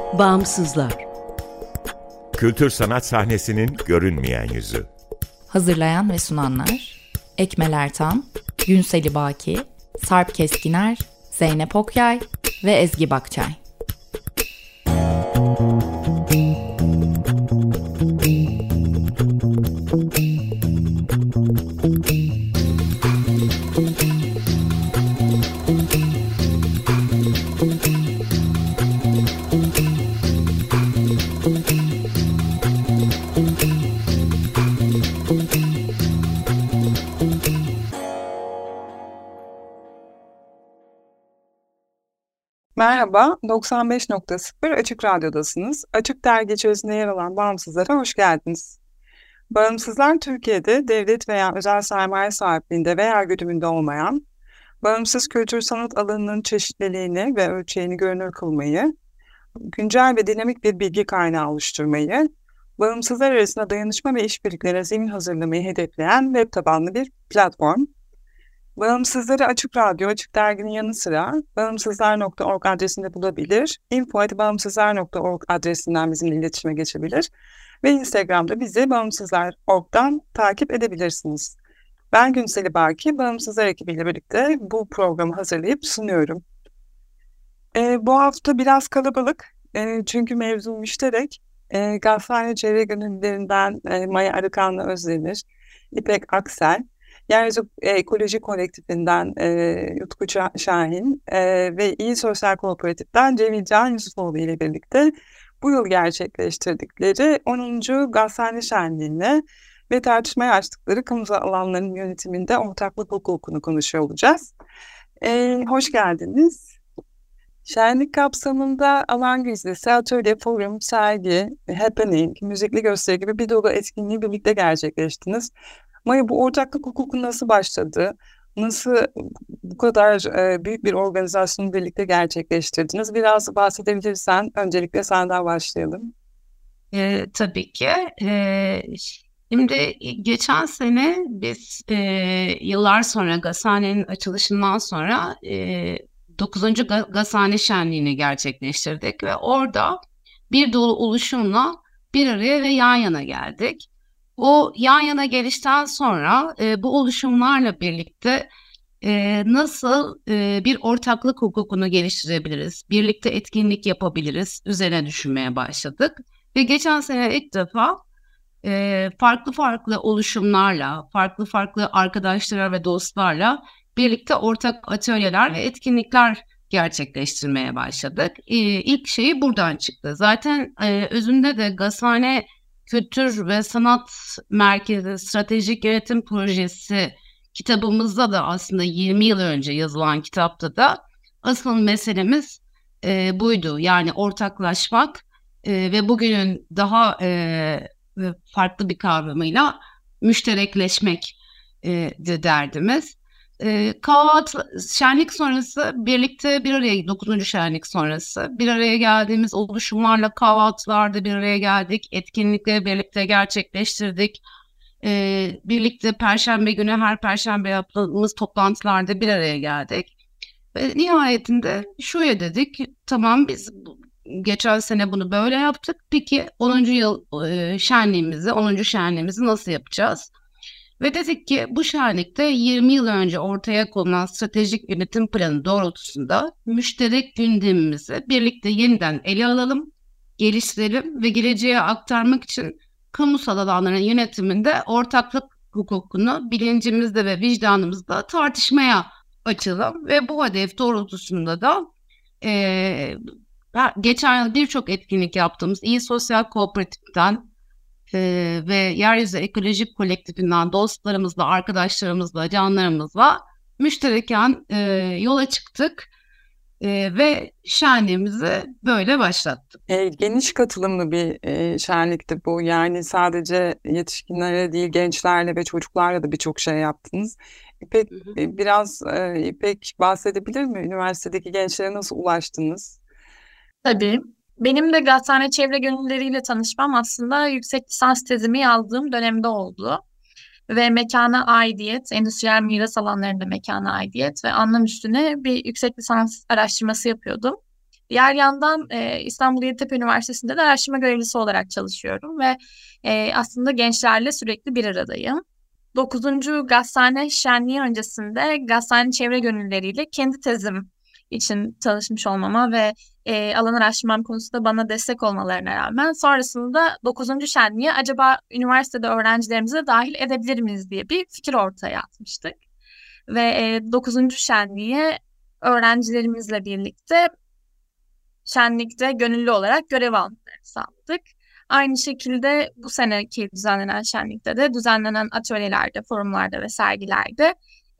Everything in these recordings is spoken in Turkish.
Bağımsızlar. Kültür sanat sahnesinin görünmeyen yüzü. Hazırlayan ve sunanlar Ekmel Ertan, Günseli Baki, Sarp Keskiner, Zeynep Okyay ve Ezgi Bakçay. Merhaba, 95.0 Açık Radyo'dasınız. Açık Dergi içerisinde yer alan Bağımsızlar'a hoş geldiniz. Bağımsızlar, Türkiye'de devlet veya özel sermaye sahipliğinde veya güdümünde olmayan, bağımsız kültür sanat alanının çeşitliliğini ve ölçeğini görünür kılmayı, güncel ve dinamik bir bilgi kaynağı oluşturmayı, bağımsızlar arasında dayanışma ve işbirliklerine zemin hazırlamayı hedefleyen web tabanlı bir platform. Bağımsızları Açık Radyo, Açık Dergi'nin yanı sıra bağımsızlar.org adresinde bulabilir, info@bağımsızlar.org adresinden bizimle iletişime geçebilir ve Instagram'da bizi bağımsızlar.org'dan takip edebilirsiniz. Ben Günseli Baki, Bağımsızlar ekibiyle birlikte bu programı hazırlayıp sunuyorum. Bu hafta biraz kalabalık çünkü mevzu müşterek. Gazhane Çevre Gönüllülerinden Maya Arıkan'la Özdemir, İpek Aksel, Yeryüzü Ekoloji Kolektifinden Utku Şahin ve İyi Sosyal Kooperatif'ten Cemil Can Yusufoğlu ile birlikte bu yıl gerçekleştirdikleri 10. Gazhane Şenliği'ne ve tartışmaya açtıkları kamusal alanların yönetiminde ortaklık hukukunu konuşuyor olacağız. Hoş geldiniz. Şenlik kapsamında alan gezisi, atölye, forum, sergi, happening, müzikli gösteri gibi bir dolu etkinliği birlikte gerçekleştiniz. Maya, bu ortaklık hukuku nasıl başladı? Nasıl bu kadar büyük bir organizasyonu birlikte gerçekleştirdiniz? Biraz bahsedebilirsen öncelikle senden başlayalım. Tabii ki. Şimdi geçen sene biz yıllar sonra Gazhane'nin açılışından sonra 9. Gazhane Şenliği'ni gerçekleştirdik ve orada bir dolu oluşumla bir araya ve yan yana geldik. O yan yana gelişten sonra bu oluşumlarla birlikte nasıl bir ortaklık hukukunu geliştirebiliriz, birlikte etkinlik yapabiliriz üzerine düşünmeye başladık. Ve geçen sene ilk defa farklı farklı oluşumlarla, farklı farklı arkadaşlar ve dostlarla birlikte ortak atölyeler ve etkinlikler gerçekleştirmeye başladık. İlk şeyi buradan çıktı. Zaten özünde de Gazhane Kültür ve Sanat Merkezi Stratejik Yönetim Projesi kitabımızda da aslında 20 yıl önce yazılan kitapta da asıl meselemiz buydu. Yani ortaklaşmak ve bugünün daha farklı bir kavramıyla müşterekleşmek de derdimiz. Şenlik sonrası birlikte bir araya 9. şenlik sonrası bir araya geldiğimiz oluşumlarla kahvaltılarda bir araya geldik. Etkinlikleri birlikte gerçekleştirdik. Birlikte Perşembe günü her Perşembe yaptığımız toplantılarda bir araya geldik. Ve nihayetinde şöyle dedik, tamam biz geçen sene bunu böyle yaptık. Peki 10. yıl şenliğimizi, 10. şenliğimizi nasıl yapacağız? Ve dedik ki bu şenlikte 20 yıl önce ortaya konulan stratejik yönetim planı doğrultusunda müşterek gündemimizi birlikte yeniden ele alalım, geliştirelim ve geleceğe aktarmak için kamusal alanların yönetiminde ortaklık hukukunu bilincimizde ve vicdanımızda tartışmaya açalım. Ve bu hedef doğrultusunda da geçen yıl birçok etkinlik yaptığımız İyi Sosyal Kooperatif'ten ve Yeryüzü Ekoloji Kolektifinden dostlarımızla, arkadaşlarımızla, canlarımızla müştereken yola çıktık ve şenliğimizi böyle başlattık. Geniş katılımlı bir şenlikti bu. Yani sadece yetişkinlere değil, gençlerle ve çocuklarla da birçok şey yaptınız. İpek, biraz İpek bahsedebilir mi? Üniversitedeki gençlere nasıl ulaştınız? Tabii. Benim de Gazhane Çevre Gönüllüleriyle tanışmam aslında yüksek lisans tezimi yazdığım dönemde oldu. Ve mekana aidiyet, endüstriyel miras alanlarında mekana aidiyet ve anlam üstüne bir yüksek lisans araştırması yapıyordum. Diğer yandan İstanbul Yeditepe Üniversitesi'nde de araştırma görevlisi olarak çalışıyorum ve aslında gençlerle sürekli bir aradayım. 9. Gazhane Şenliği öncesinde Gazhane çevre gönüllüleriyle kendi tezim için çalışmış olmama ve alan araştırmam konusunda bana destek olmalarına rağmen sonrasında 9. Şenliğe acaba üniversitede öğrencilerimizi de dahil edebilir miyiz diye bir fikir ortaya atmıştık. Ve 9. Şenliğe öğrencilerimizle birlikte şenlikte gönüllü olarak görev almalarını sağladık. Aynı şekilde bu seneki düzenlenen şenlikte de düzenlenen atölyelerde, forumlarda ve sergilerde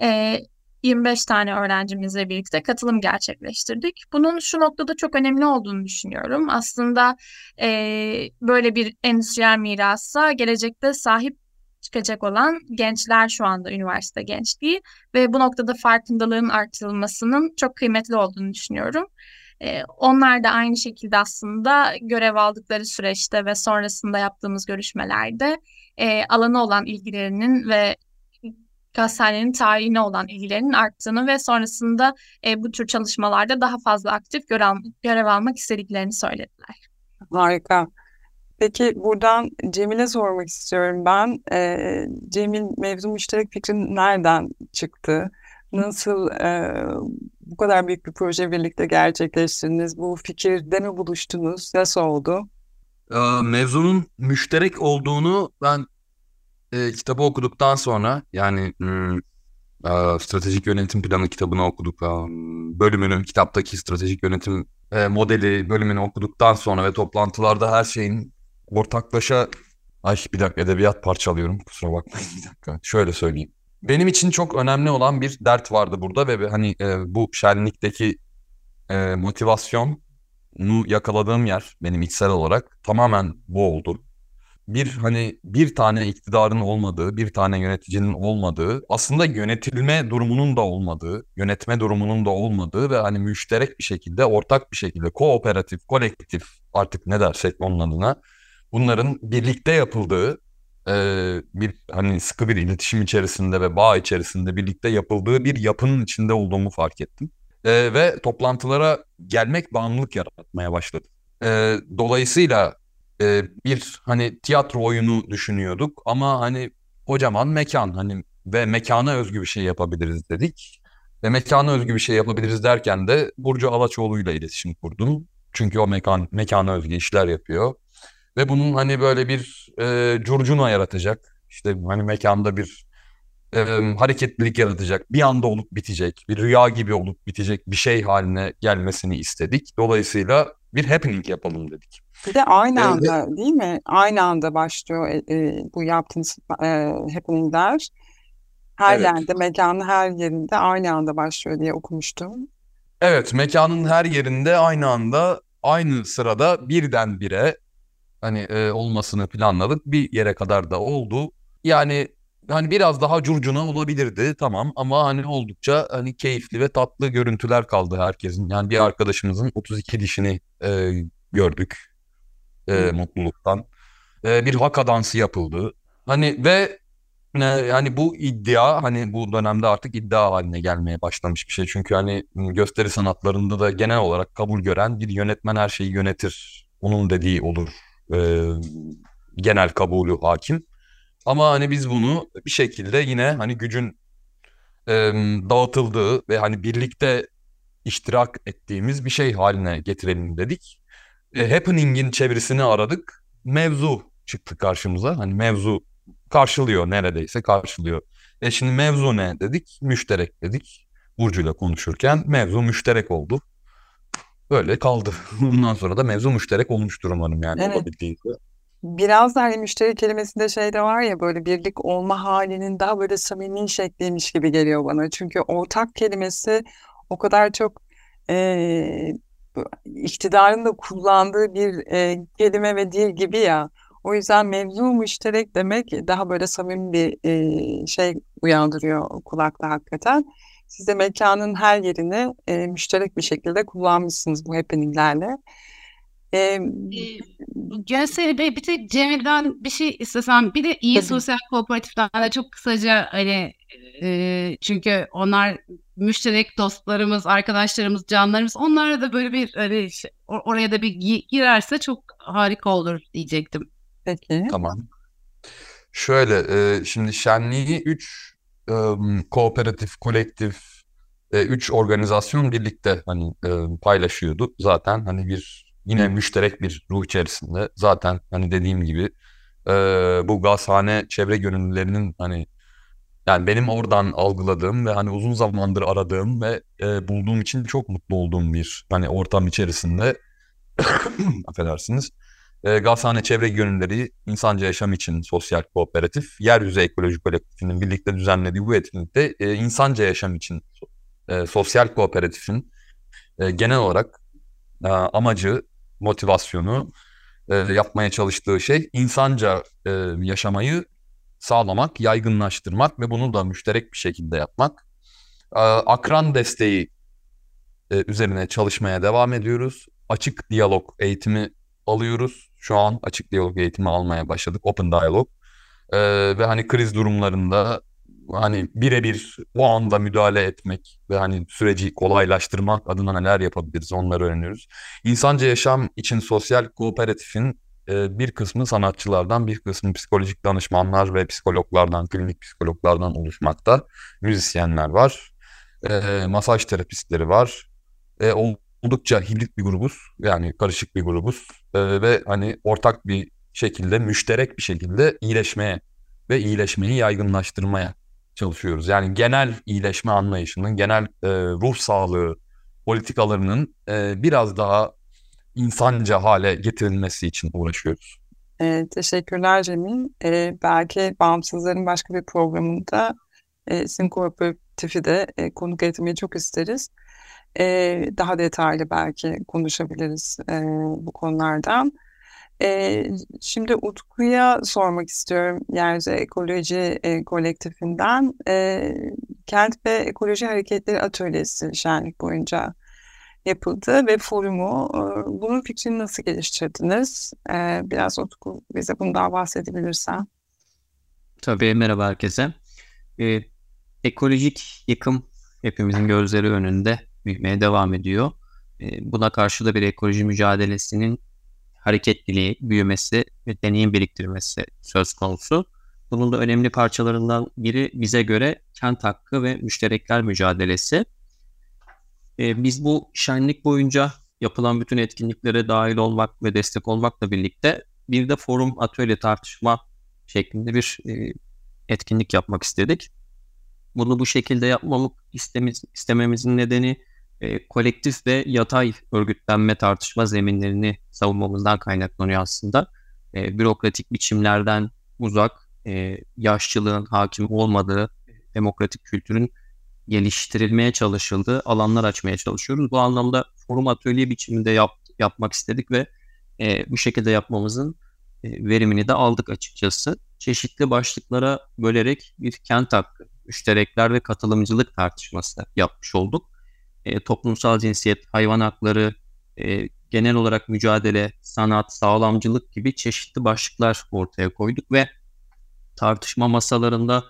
25 tane öğrencimizle birlikte katılım gerçekleştirdik. Bunun şu noktada çok önemli olduğunu düşünüyorum. Aslında böyle bir endüstriyel mirasa gelecekte sahip çıkacak olan gençler şu anda üniversite gençliği ve bu noktada farkındalığın artırılmasının çok kıymetli olduğunu düşünüyorum. Onlar da aynı şekilde aslında görev aldıkları süreçte ve sonrasında yaptığımız görüşmelerde alana olan ilgilerinin ve Gazhanenin tarihine olan ilgilerinin arttığını ve sonrasında bu tür çalışmalarda daha fazla aktif görev almak istediklerini söylediler. Harika. Peki buradan Cemil'e sormak istiyorum ben. Cemil, mevzu müşterek fikrin nereden çıktı? Nasıl bu kadar büyük bir proje birlikte gerçekleştirdiniz? Bu fikirde mi buluştunuz? Nasıl oldu? Mevzunun müşterek olduğunu ben kitabı okuduktan sonra, yani stratejik yönetim planı kitabını okuduk. Kitaptaki stratejik yönetim modeli bölümünü okuduktan sonra ve toplantılarda her şeyin ortaklaşa... bir dakika, edebiyat parçalıyorum, kusura bakmayın, bir dakika. Şöyle söyleyeyim. Benim için çok önemli olan bir dert vardı burada ve hani bu şenlikteki motivasyonu yakaladığım yer benim içsel olarak tamamen bu oldu. Bir tane iktidarın olmadığı, bir tane yöneticinin olmadığı, aslında yönetilme durumunun da olmadığı, yönetme durumunun da olmadığı ve hani müşterek bir şekilde, ortak bir şekilde, kooperatif, kolektif, artık ne dersek onun adına, bunların birlikte yapıldığı, sıkı bir iletişim içerisinde ve bağ içerisinde birlikte yapıldığı bir yapının içinde olduğumu fark ettim. Ve toplantılara gelmek bağımlılık yaratmaya başladı. Dolayısıyla bir tiyatro oyunu düşünüyorduk ama kocaman mekan ve mekana özgü bir şey yapabiliriz dedik. Ve mekana özgü bir şey yapabiliriz derken de Burcu Alaçoğlu'yla iletişim kurdum. Çünkü o mekana özgü işler yapıyor. Ve bunun böyle bir curcuna yaratacak, mekanda bir hareketlilik yaratacak, bir anda olup bitecek, bir rüya gibi olup bitecek bir şey haline gelmesini istedik. Dolayısıyla bir happening yapalım dedik. Bir de aynı anda değil mi? Aynı anda başlıyor bu yaptığınız happeningler. Her yerde, mekanın her yerinde aynı anda başlıyor diye okumuştum. Evet, mekanın her yerinde aynı anda, aynı sırada birdenbire olmasını planladık. Bir yere kadar da oldu. Yani biraz daha curcuna olabilirdi, tamam, ama oldukça keyifli ve tatlı görüntüler kaldı herkesin. Yani bir arkadaşımızın 32 dişini gördük mutluluktan. Bir haka dansı yapıldı. Ve bu iddia bu dönemde artık iddia haline gelmeye başlamış bir şey. Çünkü gösteri sanatlarında da genel olarak kabul gören bir yönetmen her şeyi yönetir, onun dediği olur. Genel kabulü hakim. Ama biz bunu bir şekilde yine gücün dağıtıldığı ve birlikte iştirak ettiğimiz bir şey haline getirelim dedik. Happening'in çevirisini aradık. Mevzu çıktı karşımıza. Mevzu karşılıyor, neredeyse karşılıyor. Şimdi mevzu ne dedik? Müşterek dedik. Burcu'yla konuşurken mevzu müşterek oldu. Böyle kaldı. Bundan sonra da mevzu müşterek olmuştur umarım Evet. olabildiğince. Biraz da müşteri kelimesinde şey de var ya, böyle birlik olma halinin daha böyle samimi şekliymiş gibi geliyor bana. Çünkü ortak kelimesi o kadar çok iktidarın da kullandığı bir kelime ve dil gibi ya. O yüzden mevzu müşterek demek daha böyle samimi bir şey uyandırıyor kulakta hakikaten. Siz de mekanın her yerini müşterek bir şekilde kullanmışsınız bu happeninglerle. Gönsel Bey, bir tek Cemil'den bir şey istesem, bir de iyi Tabii. sosyal kooperatiften de çok kısaca çünkü onlar müşterek dostlarımız, arkadaşlarımız, canlarımız, onlara da böyle bir hani oraya da bir girerse çok harika olur diyecektim. Peki. Tamam. Şöyle, şimdi şenliği 3 kooperatif, kolektif, 3 organizasyon birlikte hani paylaşıyordu. Zaten hani yine müşterek bir ruh içerisinde. Zaten hani dediğim gibi bu gazhane çevre gönüllülerinin hani yani benim oradan algıladığım ve hani uzun zamandır aradığım ve bulduğum için çok mutlu olduğum bir hani ortam içerisinde affedersiniz. Gazhane Çevre Gönülleri İnsanca Yaşam için Sosyal Kooperatif, Yeryüzü Ekoloji Kolektifinin birlikte düzenlediği bu etkinlikte İnsanca Yaşam için Sosyal Kooperatifin genel olarak amacı, motivasyonu, yapmaya çalıştığı şey insanca yaşamayı sağlamak, yaygınlaştırmak ve bunu da müşterek bir şekilde yapmak. Akran desteği üzerine çalışmaya devam ediyoruz. Açık diyalog eğitimi alıyoruz. Şu an açık diyalog eğitimi almaya başladık. Open Dialog. Ve hani kriz durumlarında hani birebir o anda müdahale etmek ve hani süreci kolaylaştırmak adına neler yapabiliriz onları öğreniyoruz. İnsanca Yaşam için Sosyal Kooperatifin bir kısmı sanatçılardan, bir kısmı psikolojik danışmanlar ve psikologlardan, klinik psikologlardan oluşmakta. Müzisyenler var, masaj terapistleri var. Oldukça hibrit bir grubuz, yani karışık bir grubuz ve hani ortak bir şekilde, müşterek bir şekilde iyileşmeye ve iyileşmeyi yaygınlaştırmaya çalışıyoruz. Yani genel iyileşme anlayışının, genel ruh sağlığı politikalarının biraz daha insanca hale getirilmesi için uğraşıyoruz. Teşekkürler Cemil. Belki Bağımsızların başka bir programında sizin kooperatifi de konuk etmeyi çok isteriz. Daha detaylı belki konuşabiliriz bu konulardan. Şimdi Utku'ya sormak istiyorum. Yeryüzü Ekoloji Kolektifinden Kent ve Ekoloji Hareketleri Atölyesi şenlik boyunca yapıldı ve forumu. Bunun fikrini nasıl geliştirdiniz? Biraz Utku bize bundan bahsedebilirsen. Tabii, merhaba herkese. Ekolojik yıkım hepimizin gözleri önünde büyümeye devam ediyor. Buna karşı da bir ekoloji mücadelesinin hareketliliği, büyümesi ve deneyim biriktirmesi söz konusu. Bunun da önemli parçalarından biri bize göre kent hakkı ve müşterekler mücadelesi. Biz bu şenlik boyunca yapılan bütün etkinliklere dahil olmak ve destek olmakla birlikte bir de forum, atölye, tartışma şeklinde bir etkinlik yapmak istedik. Bunu bu şekilde yapmamak istememizin nedeni kolektif ve yatay örgütlenme tartışma zeminlerini savunmamızdan kaynaklanıyor aslında. Bürokratik biçimlerden uzak, yaşçılığın hakim olmadığı, demokratik kültürün geliştirilmeye çalışıldığı alanlar açmaya çalışıyoruz. Bu anlamda forum atölye biçiminde yapmak istedik ve bu şekilde yapmamızın verimini de aldık açıkçası. Çeşitli başlıklara bölerek bir kent hakkı, müşterekler ve katılımcılık tartışması yapmış olduk. Toplumsal cinsiyet, hayvan hakları, genel olarak mücadele, sanat, sağlamcılık gibi çeşitli başlıklar ortaya koyduk ve tartışma masalarında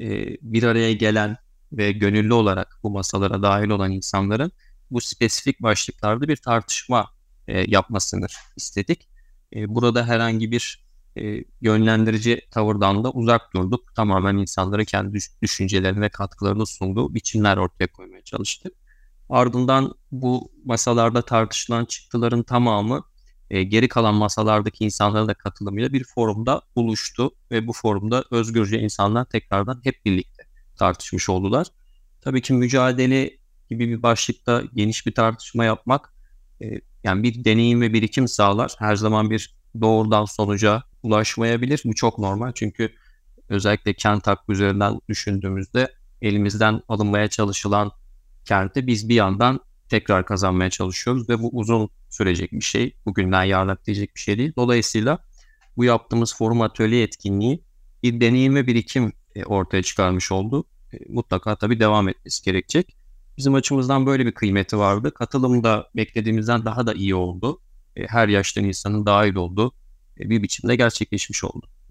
bir araya gelen ve gönüllü olarak bu masalara dahil olan insanların bu spesifik başlıklarda bir tartışma yapmasını istedik. Burada herhangi bir yönlendirici tavırdan da uzak durduk. Tamamen insanlara kendi düşüncelerini ve katkılarını sunduğu biçimler ortaya koymaya çalıştık. Ardından bu masalarda tartışılan çıktıların tamamı geri kalan masalardaki insanların da katılımıyla bir forumda buluştu ve bu forumda özgürce insanlar tekrardan hep birlikte tartışmış oldular. Tabii ki mücadele gibi bir başlıkta geniş bir tartışma yapmak yani bir deneyim ve birikim sağlar. Her zaman bir doğrudan sonuca ulaşmayabilir. Bu çok normal çünkü özellikle kent hakkı üzerinden düşündüğümüzde elimizden alınmaya çalışılan kenti biz bir yandan tekrar kazanmaya çalışıyoruz ve bu uzun sürecek bir şey. Bugünden yarına diyecek bir şey değil. Dolayısıyla bu yaptığımız forum atölye etkinliği bir deneyim ve birikim ortaya çıkarmış oldu. Mutlaka tabii devam etmesi gerekecek. Bizim açımızdan böyle bir kıymeti vardı. Katılım da beklediğimizden daha da iyi oldu. Her yaştan insanın dahil olduğu bir biçimde gerçekleşmiş oldu.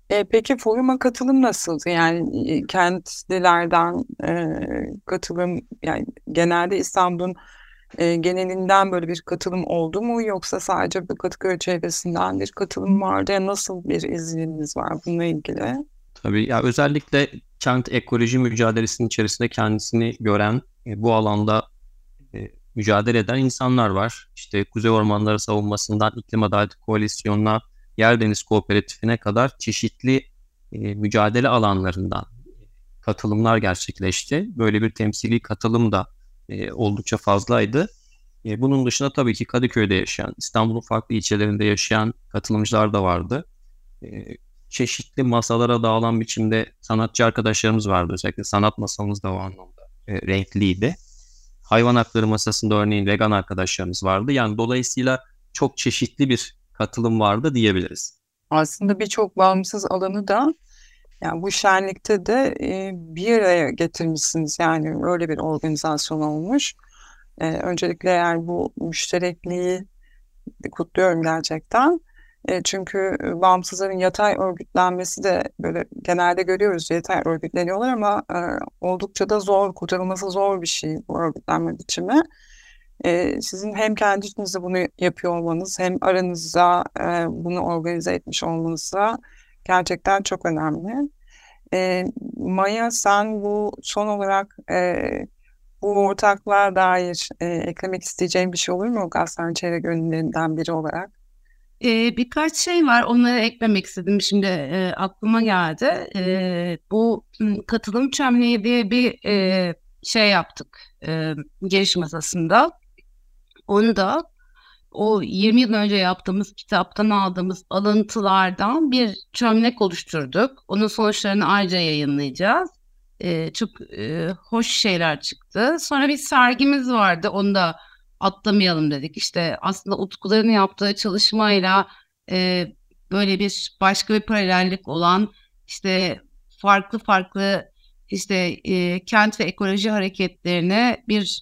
Peki foruma katılım nasıldı? Yani kentlilerden katılım, yani genelde İstanbul'un genelinden böyle bir katılım oldu mu, yoksa sadece bu Kadıköy çevresinden bir katılım vardı? Yani nasıl bir izleniminiz var bununla ilgili? Tabii ya, özellikle kent ekoloji mücadelesinin içerisinde kendisini gören, bu alanda mücadele eden insanlar var. İşte Kuzey Ormanları savunmasından İklim Adaleti Koalisyonu'na, Yer Deniz Kooperatifine kadar çeşitli mücadele alanlarından katılımlar gerçekleşti. Böyle bir temsili katılım da oldukça fazlaydı. Bunun dışında tabii ki Kadıköy'de yaşayan, İstanbul'un farklı ilçelerinde yaşayan katılımcılar da vardı. Çeşitli masalara dağılan biçimde sanatçı arkadaşlarımız vardı. Özellikle sanat masamız da o anlamda renkliydi. Hayvan hakları masasında örneğin vegan arkadaşlarımız vardı. Yani dolayısıyla çok çeşitli bir katılım vardı diyebiliriz. Aslında birçok bağımsız alanı da yani bu şenlikte de bir araya getirmişsiniz. Yani öyle bir organizasyon olmuş. Öncelikle eğer bu müşterekliği kutluyorum gerçekten. Çünkü bağımsızların yatay örgütlenmesi de böyle genelde görüyoruz, yatay örgütleniyorlar ama oldukça da zor, kurtarılması zor bir şey bu örgütlenme biçimi. Sizin hem kendi içinizde bunu yapıyor olmanız hem aranızda bunu organize etmiş olmanız da gerçekten çok önemli. Maya, sen bu son olarak bu ortaklığa dair eklemek isteyeceğin bir şey olur mu Gazhane Çevre Gönüllülerinden biri olarak? Birkaç şey var, onları eklemek istedim. Şimdi aklıma geldi. Bu katılım çömleği diye bir şey yaptık giriş masasında. Onu da o 20 yıl önce yaptığımız kitaptan aldığımız alıntılardan bir çömlek oluşturduk. Onun sonuçlarını ayrıca yayınlayacağız. Çok hoş şeyler çıktı. Sonra bir sergimiz vardı. Onu da atlamayalım dedik. İşte aslında Utkuların yaptığı çalışmayla böyle bir başka bir paralellik olan, işte farklı farklı işte kent ve ekoloji hareketlerine bir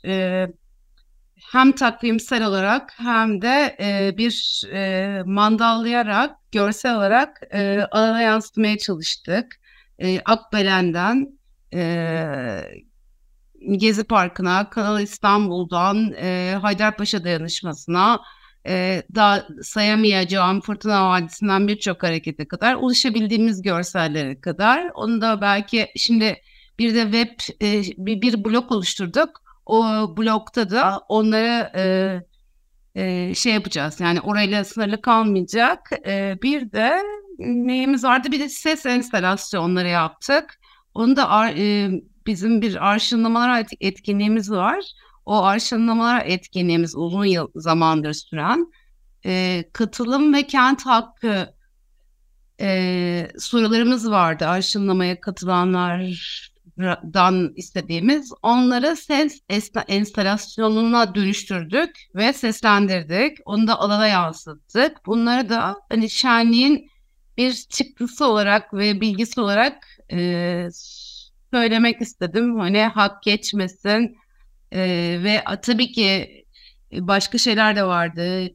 hem takvimsel olarak hem de bir mandallayarak, görsel olarak alana yansıtmaya çalıştık. Akbelen'den Gezi Parkı'na, Kanal İstanbul'dan Haydarpaşa Dayanışması'na, daha sayamayacağım Fırtına Vadisi'nden birçok harekete kadar, ulaşabildiğimiz görsellere kadar. Onu da belki şimdi bir de web bir blog oluşturduk. O blogda da onları şey yapacağız. Yani orayla sınırlı kalmayacak. Bir de neyimiz vardı? Bir de ses enstalasyonları yaptık. Onu da bizim bir arşınlamalar etkinliğimiz var. O arşınlamalar etkinliğimiz uzun yıl zamandır süren katılım ve kent hakkı sorularımız vardı. Arşınlamaya katılanlardan istediğimiz. Onları ses enstalasyonuna dönüştürdük ve seslendirdik. Onu da alana yansıttık. Bunları da hani şenliğin bir çıktısı olarak ve bilgisi olarak söylemek istedim. Hani hak geçmesin ve tabii ki başka şeyler de vardı.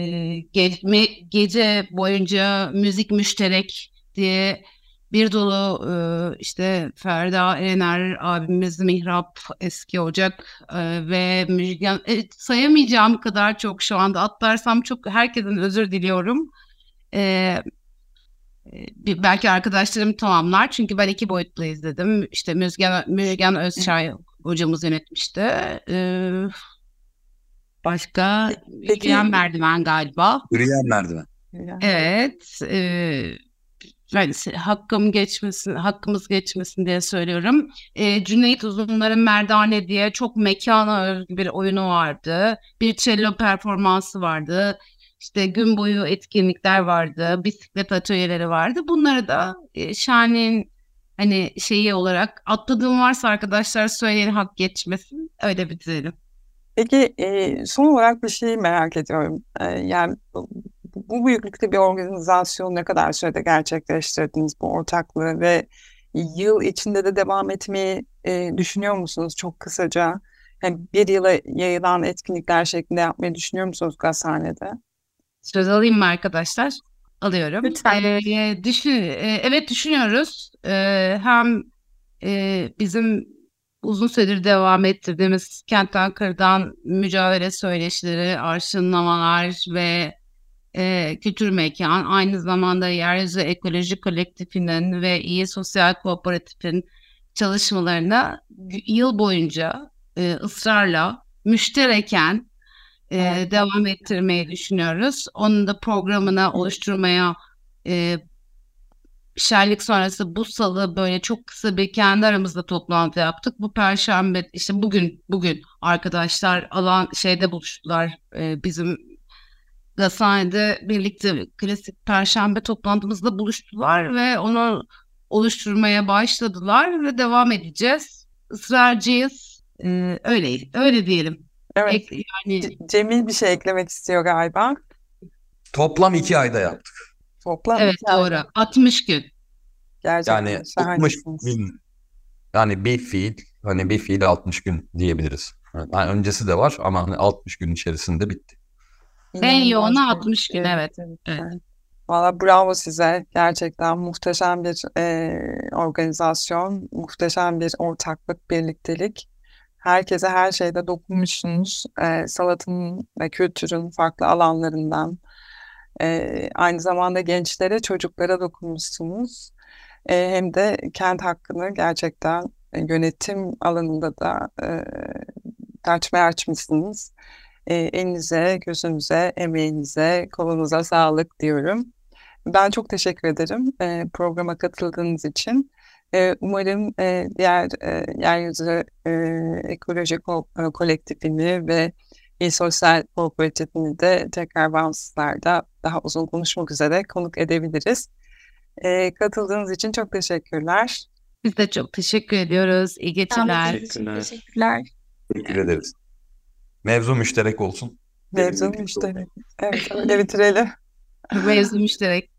Gece boyunca müzik müşterek diye bir dolu işte Ferda Erener abimiz, Mihrap Eski Ocak ve Müjgan, sayamayacağım kadar çok, şu anda atlarsam çok herkesten özür diliyorum. Belki arkadaşlarım tamamlar çünkü ben 2 boyutlu izledim. İşte Müjgan Özçay hocamız yönetmişti. Başka yürüyen merdiven galiba. Yürüyen merdiven. Evet. Yani hakkımız geçmesin diye söylüyorum. Cüneyt Uzunlar'ın Merdane diye çok mekana özgü bir oyunu vardı. Bir cello performansı vardı. İşte gün boyu etkinlikler vardı. Bisiklet atölyeleri vardı. Bunları da şenliğin hani şeyi olarak atladığım varsa arkadaşlar söyleyin, hak geçmesin. Öyle bitirelim. Peki son olarak bir şey merak ediyorum. Yani bu büyüklükte bir organizasyon ne kadar sürede gerçekleştirdiniz bu ortaklığı ve yıl içinde de devam etmeyi düşünüyor musunuz çok kısaca? Yani bir yıla yayılan etkinlikler şeklinde yapmayı düşünüyor musunuz Gazhane'de? Söz alayım mı arkadaşlar? alıyorum. Lütfen. Evet düşünüyoruz. Hem bizim uzun süredir devam ettirdiğimiz kentten kırdan mücadele söyleşileri, arşınlamalar ve kültür mekan, aynı zamanda Yeryüzü Ekoloji Kolektifinin ve İyi Sosyal Kooperatif'in çalışmalarına yıl boyunca ısrarla, müştereken devam ettirmeyi düşünüyoruz. Onun da programını oluşturmaya şenlik sonrası bu salı böyle çok kısa bir kendi aramızda toplantı yaptık. Bu perşembe işte bugün arkadaşlar alan şeyde buluştular. Bizim Gazhane'de birlikte klasik perşembe toplantımızda buluştular ve onu oluşturmaya başladılar ve devam edeceğiz. Israrcıyız. Öyle diyelim. Evet. Yani Cemil bir şey eklemek istiyor galiba. Toplam 2 ayda yaptık. Toplam evet 2 ay. doğru. 60 gün. Gerçekten Yani 60 şahanesiniz. gün, yani bir fiil 60 gün diyebiliriz. Yani öncesi de var ama hani 60 gün içerisinde bitti. En yoğunu İnanılmaz 60 gün, evet. evet. Valla bravo size. Gerçekten muhteşem bir organizasyon, muhteşem bir ortaklık, birliktelik. Herkese her şeyde dokunmuşsunuz. Sanatın ve kültürün farklı alanlarından. Aynı zamanda gençlere, çocuklara dokunmuşsunuz. Hem de kent hakkını gerçekten yönetim alanında da tartışmaya açmışsınız. Elinize, gözünüze, emeğinize, kolunuza sağlık diyorum. Ben çok teşekkür ederim programa katıldığınız için. Umarım diğer Yeryüzü Ekoloji Kolektifini ve İl Sosyal Kooperatifini de tekrar bağımsızlarda daha uzun konuşmak üzere konuk edebiliriz. Katıldığınız için çok teşekkürler. Biz de çok teşekkür ediyoruz. İyi geceler. Teşekkürler. Teşekkür ederiz. Mevzu müşterek olsun. Mevzu müşterek. Evet, öyle bitirelim. Mevzu müşterek.